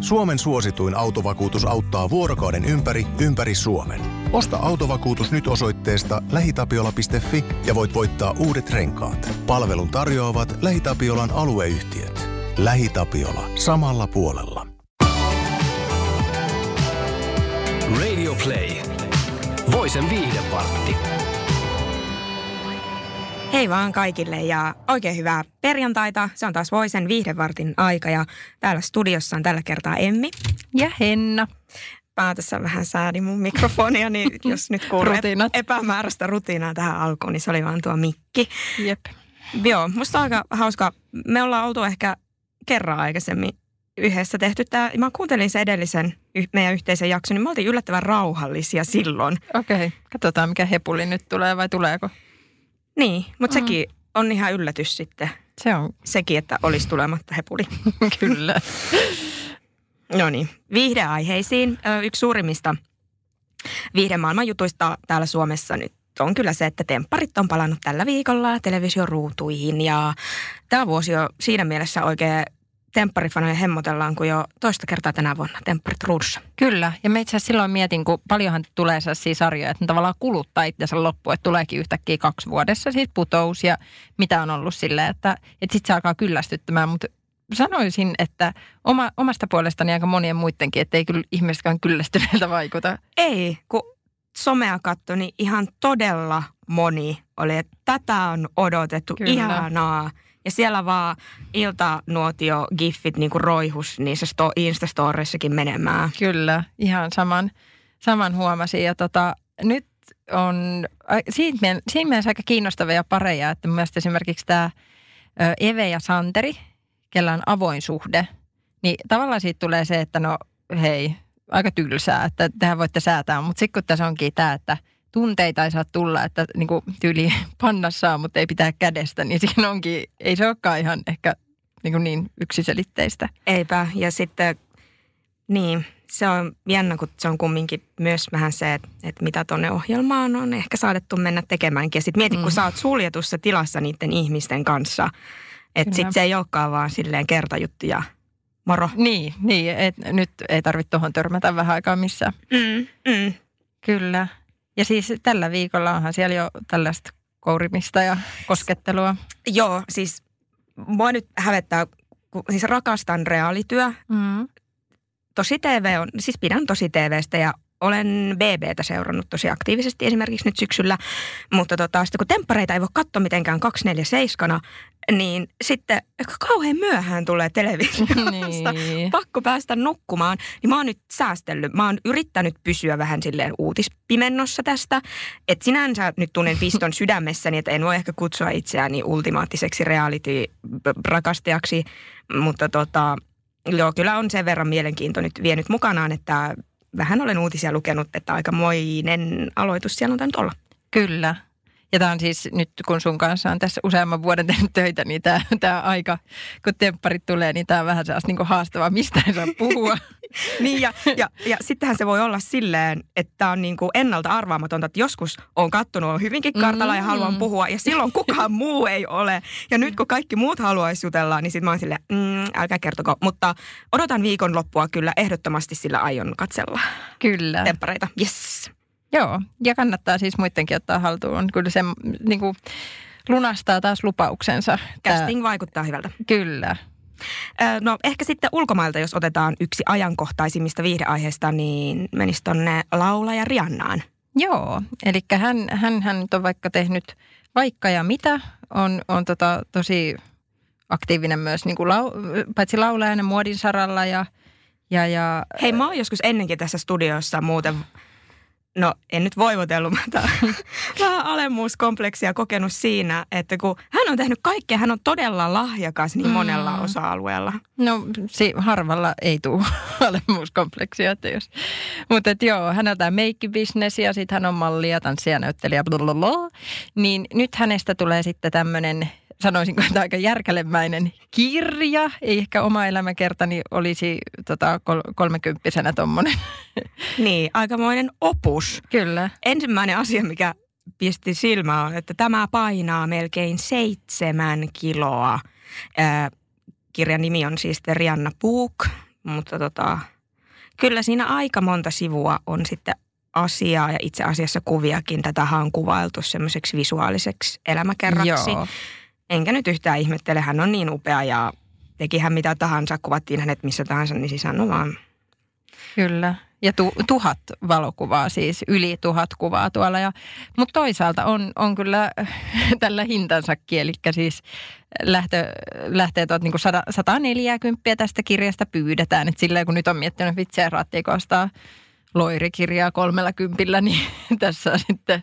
Suomen suosituin autovakuutus auttaa vuorokauden ympäri Suomen. Osta autovakuutus nyt osoitteesta lähitapiola.fi ja voit voittaa uudet renkaat. Palvelun tarjoavat LähiTapiolan alueyhtiöt. LähiTapiola. Samalla puolella. Radio Play. Voisen viihdevartti. Hei vaan kaikille ja oikein hyvää perjantaita. Se on taas Voisen viihdevartin aika ja täällä studiossa on tällä kertaa Emmi. Ja Henna. Mä tässä vähän säädin mun mikrofonia, niin jos nyt kuulee epämääräistä rutiinaa tähän alkuun, niin se oli vaan tuo mikki. Jep. Joo, musta on aika hauska. Me ollaan oltu ehkä kerran aikaisemmin yhdessä tehty tämä. Mä kuuntelin sen edellisen meidän yhteisen jakson, niin me oltiin yllättävän rauhallisia silloin. Okei, katsotaan mikä hepuli nyt tulee vai tuleeko? Niin, mutta sekin on ihan yllätys sitten. Se on. Sekin, että olisi tulematta hepuli. Kyllä. No niin, viihdeaiheisiin. Yksi suurimmista viihdemaailman jutuista täällä Suomessa nyt on kyllä se, että tempparit on palannut tällä viikolla televisioruutuihin. Ja tämä vuosi on siinä mielessä oikein tempparifanoja hemmotellaan, kun jo toista kertaa tänä vuonna tempparit ruudussa. Kyllä, ja mä itse asiassa silloin mietin, kun paljonhan tulee sellaisia sarjoja, että ne tavallaan kuluttaa itsensä loppuun, että tuleekin yhtäkkiä 2 vuodessa siitä putous ja mitä on ollut silleen, että sitten se alkaa kyllästyttämään, mutta sanoisin, että omasta puolestani aika monien muidenkin, että ei kyllä ihmisetkään kyllästyneeltä vaikuta. Ei, kun somea katsoi, niin ihan todella moni oli, että tätä on odotettu, kyllä. Ihanaa. Ja siellä vaan iltanuotio-giffit niin kuin roihus niissä Instastoreissakin menemään. Kyllä, ihan saman huomasin. Ja nyt on siinä mielessä aika kiinnostavia pareja, että mun mielestä esimerkiksi tämä Eve ja Santeri, kellä on avoin suhde, niin tavallaan siitä tulee se, että no hei, aika tylsää, että tähän voitte säätää. Mutta sitten kun tässä onkin tämä, että tunteita ei saa tulla, että niin kuin tyyli panna saa, mutta ei pitää kädestä, niin siinä onkin, ei se olekaan ihan ehkä niin yksiselitteistä. Eipä, ja sitten niin, se on jännä, kun se on kumminkin myös vähän se, että mitä tuonne ohjelmaan on ehkä saadettu mennä tekemäänkin. Ja sitten mieti, kun sä oot suljetussa tilassa niiden ihmisten kanssa, että sitten se ei olekaan vaan silleen kertajuttu ja moro. Niin, nyt ei tarvitse tuohon törmätä vähän aikaa missään. Kyllä. Ja siis tällä viikolla onhan siellä jo tällaista kourimista ja koskettelua. Joo, siis mua nyt hävettää, siis rakastan reaalityö. Tosi TV on, siis pidän Tosi TVstä ja olen BBtä seurannut tosi aktiivisesti esimerkiksi nyt syksyllä. Mutta sitten kun temppareita ei voi katsoa mitenkään 247, niin sitten kauhean myöhään tulee televisiosta. Niin. Pakko päästä nukkumaan. Niin mä oon nyt säästellyt. Mä oon yrittänyt pysyä vähän silleen uutispimennossa tästä. Että sinänsä nyt tunnen piston sydämessäni, että en voi ehkä kutsua itseäni ultimaattiseksi reality-rakastajaksi. Mutta joo, kyllä on sen verran mielenkiinto nyt vienyt mukanaan, että vähän olen uutisia lukenut, että aikamoinen aloitus siellä on tainnut olla. Kyllä. Ja tämä on siis nyt, kun sun kanssa on tässä useamman vuoden tehnyt töitä, niin tämä aika, kun tempparit tulee, niin tämä on vähän sellaista niin haastavaa, mistä ei saa puhua. Niin ja sittenhän se voi olla silleen, että on niin kuin ennalta arvaamatonta, että joskus on kattonut, on hyvinkin kartalla ja haluan puhua ja silloin kukaan muu ei ole. Ja nyt kun kaikki muut haluaisi jutella, niin sitten mä oon silleen, älkää kertoko. Mutta odotan viikonloppua kyllä ehdottomasti, sillä aion katsella. Kyllä. Temppareita, yes. Joo, ja kannattaa siis muidenkin ottaa haltuun. Kyllä se niin kuin lunastaa taas lupauksensa. Casting vaikuttaa hyvältä. Kyllä. No ehkä sitten ulkomailta, jos otetaan yksi ajankohtaisimmista viihdeaiheista, niin menisi tonne laulaja Rihannaan. Joo, eli hän nyt on vaikka tehnyt vaikka ja mitä, on tosi aktiivinen myös niin kuin paitsi laulajana muodin saralla ja. Hei, mä oon joskus ennenkin tässä studiossa muuten. No, en nyt voivotellut, mutta vähän alemmuuskompleksia kokenut siinä, että kun hän on tehnyt kaikkea, hän on todella lahjakas niin monella osa-alueella. No, harvalla ei tule alemmuuskompleksia, että jos. Mutta joo, hän on tämä meikkibisnes ja sitten hän on malli ja tanssija, näyttelijä, blablabla. Niin nyt hänestä tulee sitten tämmöinen, sanoisinko, että aika järkälemäinen kirja. Ei ehkä oma elämäkertani olisi 30-vuotiaana tommonen. Niin, aikamoinen opus. Kyllä. Ensimmäinen asia, mikä pisti silmään on, että tämä painaa melkein 7 kiloa. Kirjan nimi on siis Rihanna Book, mutta kyllä siinä aika monta sivua on sitten asiaa ja itse asiassa kuviakin. Tätähän on kuvailtu semmoiseksi visuaaliseksi elämäkerraksi. Joo. Enkä nyt yhtään ihmettele, hän on niin upea ja tekihän mitä tahansa, kuvattiin hänet missä tahansa, niin siis hän on vaan. Kyllä. Ja 1000 valokuvaa, siis yli 1000 kuvaa tuolla. Mutta toisaalta on kyllä tällä hintansakin, eli siis lähtee niinku 140 tästä kirjasta pyydetään. Että silleen kun nyt on miettinyt vitsiä raattiiko ostaa loirikirjaa 30, niin tässä on sitten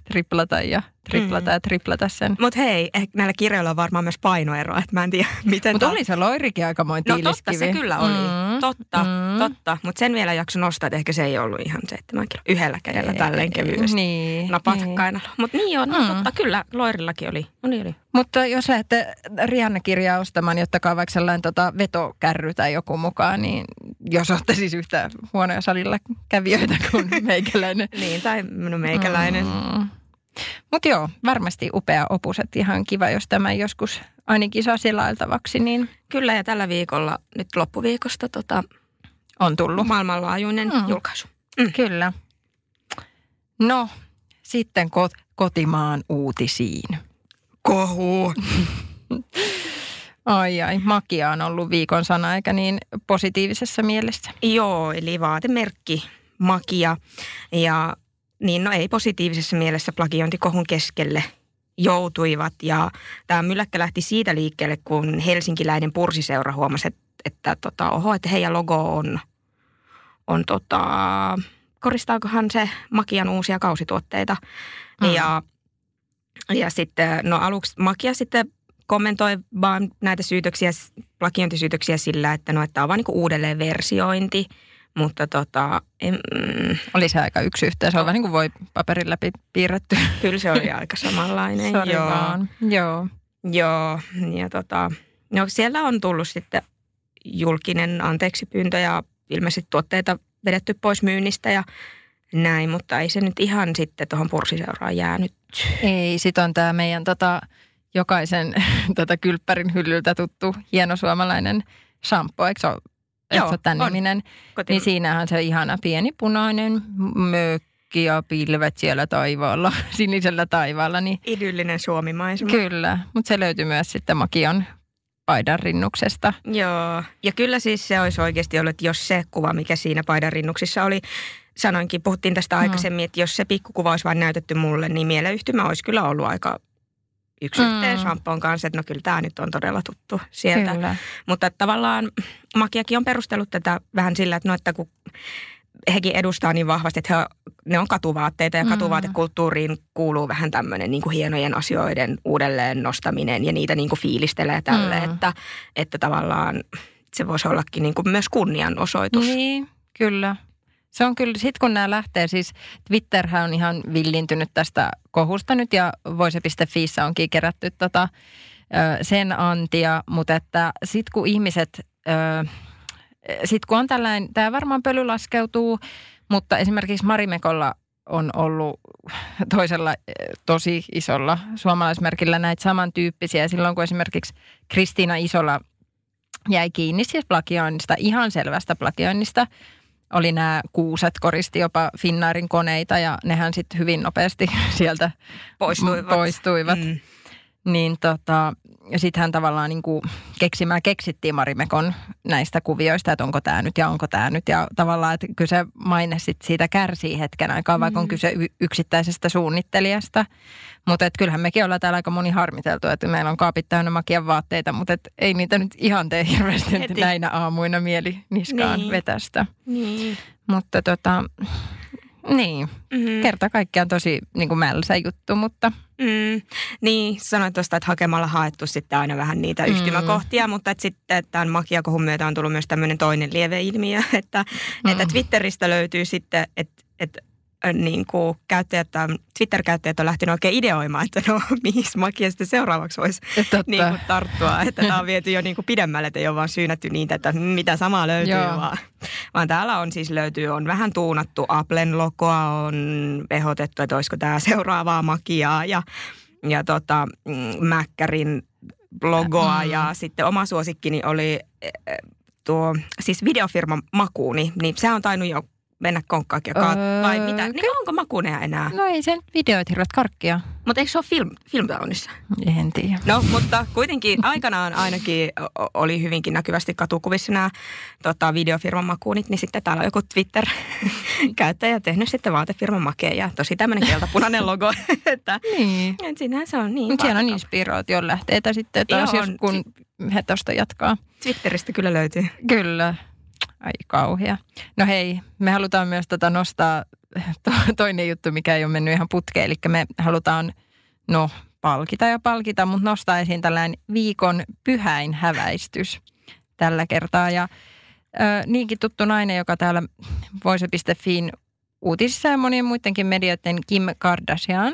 triplata sen. Mutta hei, näillä kirjoilla on varmaan myös painoeroa, että mä en tiedä miten. Mutta oli se loirikin aikamoin tiiliskivi. No totta se kyllä oli, totta. Mutta sen vielä jakso nostaa, että ehkä se ei ollut ihan 7 kiloa. Yhdellä kädellä tälleen kevyesti. Niin. Napat kainalla. Mutta niin on, totta, kyllä loirillakin oli. Mutta jos lähdette Rihanna-kirjaa ostamaan, niin ottakaa vaikka sellainen vetokärry tai joku mukaan, niin jos olette siis yhtä huonoja salilla kävijöitä kuin meikäläinen. Niin, tai minun meikäläinen. Mutta joo, varmasti upea opus, että ihan kiva, jos tämä joskus ainakin saa selailtavaksi. Niin kyllä, ja tällä viikolla, nyt loppuviikosta on tullut maailmanlaajuinen julkaisu. Kyllä. No, sitten kotimaan uutisiin. Kohu. Ai, makia on ollut viikon sana, eikä niin positiivisessa mielessä. Joo, eli vaatemerkki makia. Ja niin, no ei positiivisessa mielessä plagiointikohun keskelle joutuivat. Ja tämä mylläkkä lähti siitä liikkeelle, kun helsinkiläinen pursiseura huomasi, että heidän logo on koristaakohan se makian uusia kausituotteita. Ja sitten, no aluksi makia sitten kommentoi vaan näitä plagiointisyytöksiä sillä, että tämä on vaan niinku uudelleen versiointi. Mutta oli se aika yksi yhteen. Se on vähän niin kuin voi paperin läpi piirretty. Kyllä se oli aika samanlainen. Sori vaan. Joo. Ja no siellä on tullut sitten julkinen anteeksipyyntö ja ilmeisesti tuotteita vedetty pois myynnistä ja näin, mutta ei se nyt ihan sitten tuohon pursiseuraan jäänyt. Ei, sit on tämä meidän jokaisen kylppärin hyllyltä tuttu hieno suomalainen shampoo, eikö se ole? Joo, se tämän niminen. Niin siinähän se ihana pieni punainen mökki ja pilvet siellä taivaalla, sinisellä taivaalla. Niin idyllinen suomimaisema. Kyllä, mutta se löytyy myös sitten makion paidan rinnuksesta. Joo, ja kyllä siis se olisi oikeasti ollut, että jos se kuva, mikä siinä paidan rinnuksissa oli, puhuttiin tästä aikaisemmin, että jos se pikkukuva olisi vain näytetty mulle, niin mieleyhtymä olisi kyllä ollut aika yksi yhteen shampoon kanssa, että no kyllä tämä nyt on todella tuttu sieltä. Kyllä. Mutta tavallaan makiakin on perustellut tätä vähän sillä, että kun hekin edustaa niin vahvasti, että ne on katuvaatteita ja katuvaatekulttuuriin kuuluu vähän tämmöinen niin kuin hienojen asioiden uudelleen nostaminen ja niitä niin kuin fiilistelee tälle, että tavallaan se voisi ollakin niin kuin myös kunnianosoitus. Niin, kyllä. Se on kyllä, sitten kun nämä lähtee, siis Twitterhän on ihan villintynyt tästä kohusta nyt ja voise.fiissä onkin kerätty sen antia, mutta että sitten kun ihmiset, sitten kun on tällainen, tämä varmaan pöly laskeutuu, mutta esimerkiksi Marimekolla on ollut toisella tosi isolla suomalaismerkillä näitä samantyyppisiä. Silloin kun esimerkiksi Kristiina Isola jäi kiinni siis plagioinnista, ihan selvästä plagioinnista, oli nämä kuuset, koristi jopa Finnairin koneita ja nehän sitten hyvin nopeasti sieltä poistuivat. Niin sitten hän tavallaan niinku keksittiin Marimekon näistä kuvioista, että onko tämä nyt ja onko tämä nyt. Ja tavallaan, että kyllä se maine sit siitä kärsii hetken aikaa, vaikka on kyse yksittäisestä suunnittelijasta. Mutta kyllähän mekin ollaan täällä aika moni harmiteltu, että meillä on kaapit täynnä makian vaatteita, mutta ei niitä nyt ihan tee hirveästi näinä aamuina mieli niskaan vetästä. Niin. Mutta niin, kerta kaikkiaan tosi niin kuin mälsä juttu, mutta niin, sanoit tuosta, että hakemalla haettu sitten aina vähän niitä yhtymäkohtia, mutta että sitten tämän makiakohun myötä on tullut myös tämmöinen toinen lieveilmiö, että Twitteristä löytyy sitten, että niin kuin Twitter-käyttäjät on lähtenyt oikein ideoimaan, että no mihin makia sitten seuraavaksi voisi niin kuin tarttua. Että tämä on viety jo niin kuin pidemmälle, että ei ole vaan syynätty niitä, että mitä samaa löytyy, vaan täällä on siis on vähän tuunattu Applen logoa, on ehdotettu, että olisiko tämä seuraavaa makiaa ja Mäkkärin logoa ja sitten oma suosikkini oli siis videofirman Makuuni, niin se on tainnut jo mennä konkkaakin vai mitä? Niin onko Makuuneja enää? No ei sen videoit hirveät karkkia. Mutta eikö se ole Filmtownissa? En tiedä. No, mutta kuitenkin aikanaan ainakin oli hyvinkin näkyvästi katukuvissa nämä videofirman Makuunit, niin sitten täällä on joku Twitter-käyttäjä tehnyt sitten vaatefirman Makeen ja tosi tämmöinen keltapunainen logo. Että, niin. Siinähän se on niin. Mutta siellä on inspiraation lähteitä sitten taas, jos kun he tuosta jatkaa. Twitteristä kyllä löytyy. Kyllä. Ai kauhea. No hei, me halutaan myös nostaa toinen juttu, mikä ei ole mennyt ihan putkeen. Eli me halutaan, palkita, mutta nostaa esiin tällainen viikon pyhäin häväistys tällä kertaa. Ja niinkin tuttu nainen, joka täällä Voise.fin uutisissa ja monien muidenkin medioiden Kim Kardashian.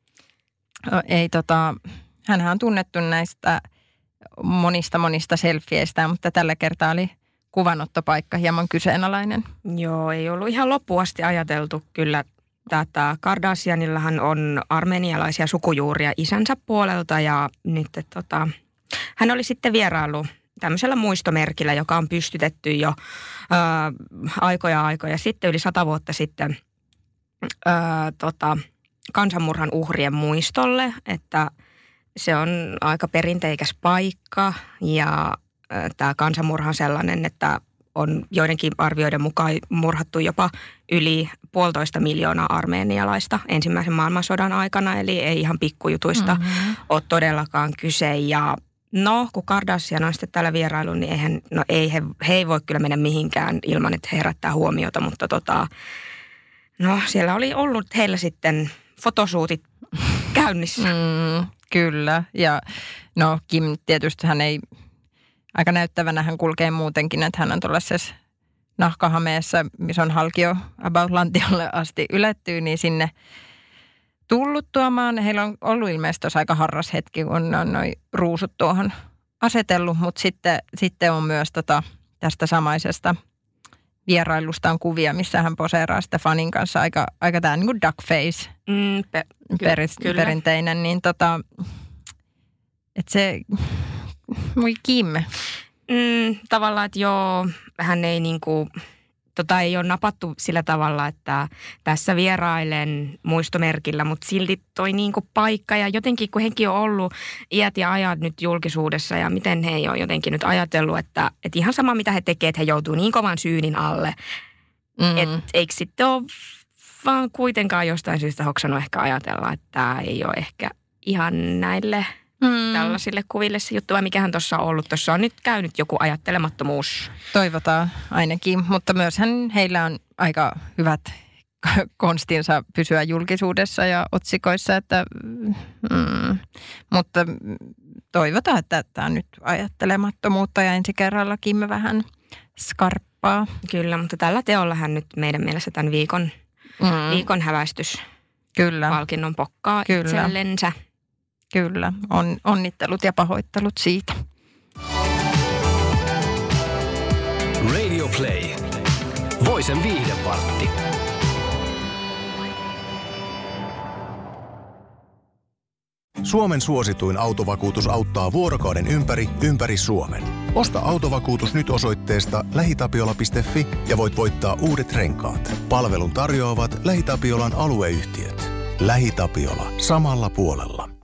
Hänhän on tunnettu näistä monista selfieistä, mutta tällä kertaa oli kuvanottopaikka hieman kyseenalainen. Joo, ei ollut ihan loppuun asti ajateltu kyllä. Tätä Kardashianillahan on armenialaisia sukujuuria isänsä puolelta ja nyt hän oli sitten vierailu tämmöisellä muistomerkillä, joka on pystytetty jo aikoja sitten, yli 100 vuotta sitten kansanmurhan uhrien muistolle, että se on aika perinteikäs paikka ja tämä kansanmurha on sellainen, että on joidenkin arvioiden mukaan murhattu jopa yli 1,5 miljoonaa armeenialaista ensimmäisen maailmansodan aikana, eli ei ihan pikkujutuista ole todellakaan kyse. Ja kun Kardashian on sitten täällä vierailu, niin he ei voi kyllä mennä mihinkään ilman, että he herättää huomiota, mutta siellä oli ollut heillä sitten fotosuutit käynnissä. Kyllä, ja Kim tietysti hän ei... Aika näyttävänä hän kulkee muutenkin, että hän on tuollaisessa nahkahameessa, missä on halkio about lantiolle asti ylettyy, niin sinne tullut tuomaan. Heillä on ollut ilmeisesti tuossa aika harras hetki, kun on noin ruusut tuohon asetellut, mutta sitten on myös tästä samaisesta vierailusta on kuvia, missä hän poseeraa sitä fanin kanssa aika tämä niin kuin duckface perinteinen, niin että se... Moi Kim. Tavallaan, että hän ei ei ole napattu sillä tavalla, että tässä vierailen muistomerkillä, mutta silti toi paikka ja jotenkin kun hekin on ollut iät ja ajat nyt julkisuudessa ja miten he ei ole jotenkin nyt ajatellut, että ihan sama mitä he tekevät, että he joutuu niin kovan syynin alle, että eikö sitten ole vaan kuitenkaan jostain syystä hoksannut ehkä ajatella, että tämä ei ole ehkä ihan näille... tällaisille kuville se juttu, vai mikähän tuossa on ollut. Tuossa on nyt käynyt joku ajattelemattomuus. Toivotaan ainakin, mutta myöshän heillä on aika hyvät konstinsa pysyä julkisuudessa ja otsikoissa, mutta toivotaan, että tämä on nyt ajattelemattomuutta ja ensi kerrallakin me vähän skarppaa. Kyllä, mutta tällä teollahan nyt meidän mielessä tämän viikon häväistys palkinnon pokkaa itsellensä. Kyllä, onnittelut ja pahoittelut siitä. Radio Play. Voisen viihdevartti. Suomen suosituin autovakuutus auttaa vuorokauden ympäri Suomen. Osta autovakuutus nyt osoitteesta lähitapiola.fi ja voit voittaa uudet renkaat. Palvelun tarjoavat LähiTapiolan alueyhtiöt. LähiTapiola. Samalla puolella.